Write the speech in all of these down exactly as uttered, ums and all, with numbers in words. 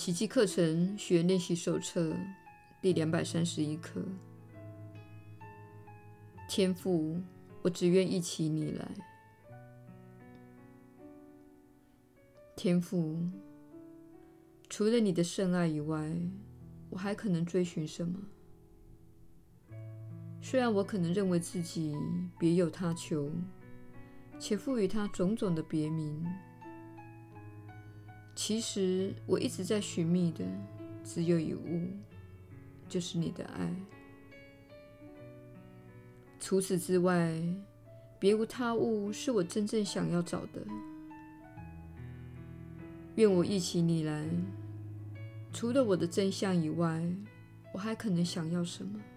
奇迹课程学员练习手册第两百三十一课。天父，我只愿忆起你来。天父，除了你的圣爱以外，我还可能追寻什么？虽然我可能认为自己别有他求，且赋予他种种的别名，其实我一直在寻觅的只有一物，就是你的爱。除此之外，别无他物是我真正想要找的。愿我忆起你来，除了我的真相以外，我还可能想要什么？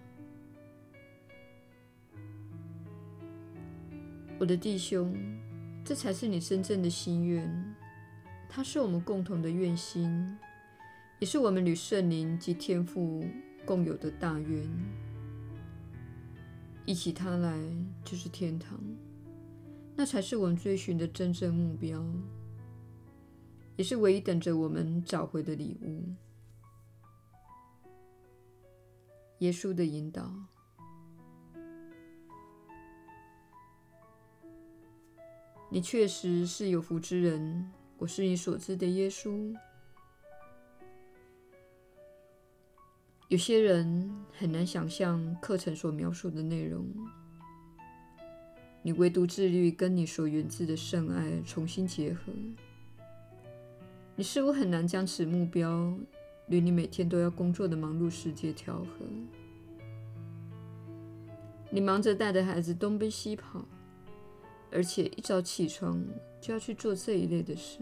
我的弟兄，这才是你真正的心愿，它是我们共同的愿心，也是我们与圣灵及天父共有的大愿。忆起它来就是天堂，那才是我们追寻的真正目标，也是唯一等着我们找回的礼物。耶稣的引导。你确实是有福之人，我是你所知的耶稣。有些人很难想象课程所描述的内容，你唯独致力于跟你所源自的圣爱重新结合。你似乎很难将此目标与你每天都要工作的忙碌世界调和。你忙着带着孩子东奔西跑，而且一早起床就要去做这一类的事。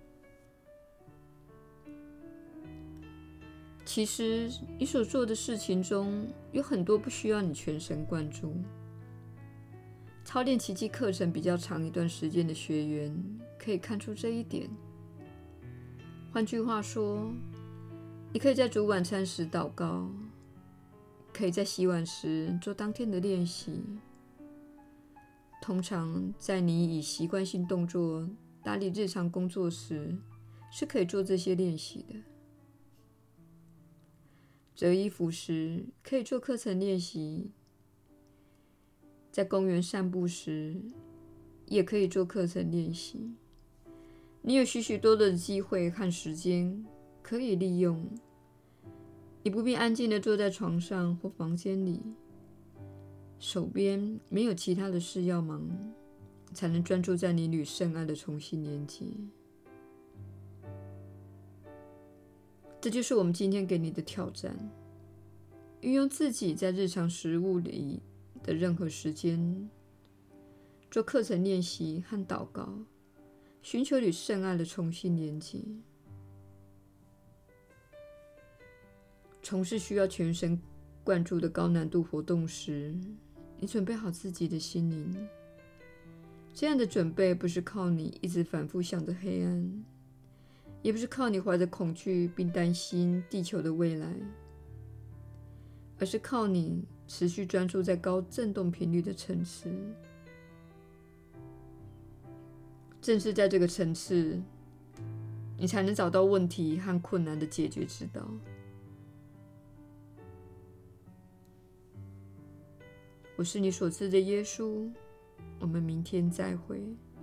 其实你所做的事情中有很多不需要你全神贯注。操练奇迹课程比较长一段时间的学员可以看出这一点。换句话说，你可以在煮晚餐时祷告，可以在洗碗时做当天的练习。通常在你以习惯性动作打理日常工作时，是可以做这些练习的。折衣服时可以做课程练习，在公园散步时也可以做课程练习。你有许许多多的机会和时间可以利用，你不必安静地坐在床上或房间里，手边没有其他的事要忙，才能专注在你与圣爱的重新连接。这就是我们今天给你的挑战，运用自己在日常食物里的任何时间，做课程练习和祷告，寻求与圣爱的重新连接。从事需要全神贯注的高难度活动时，你准备好自己的心灵。这样的准备不是靠你一直反复想着黑暗，也不是靠你怀着恐惧并担心地球的未来，而是靠你持续专注在高振动频率的层次。正是在这个层次，你才能找到问题和困难的解决之道。我是你所知的耶稣，我们明天再会。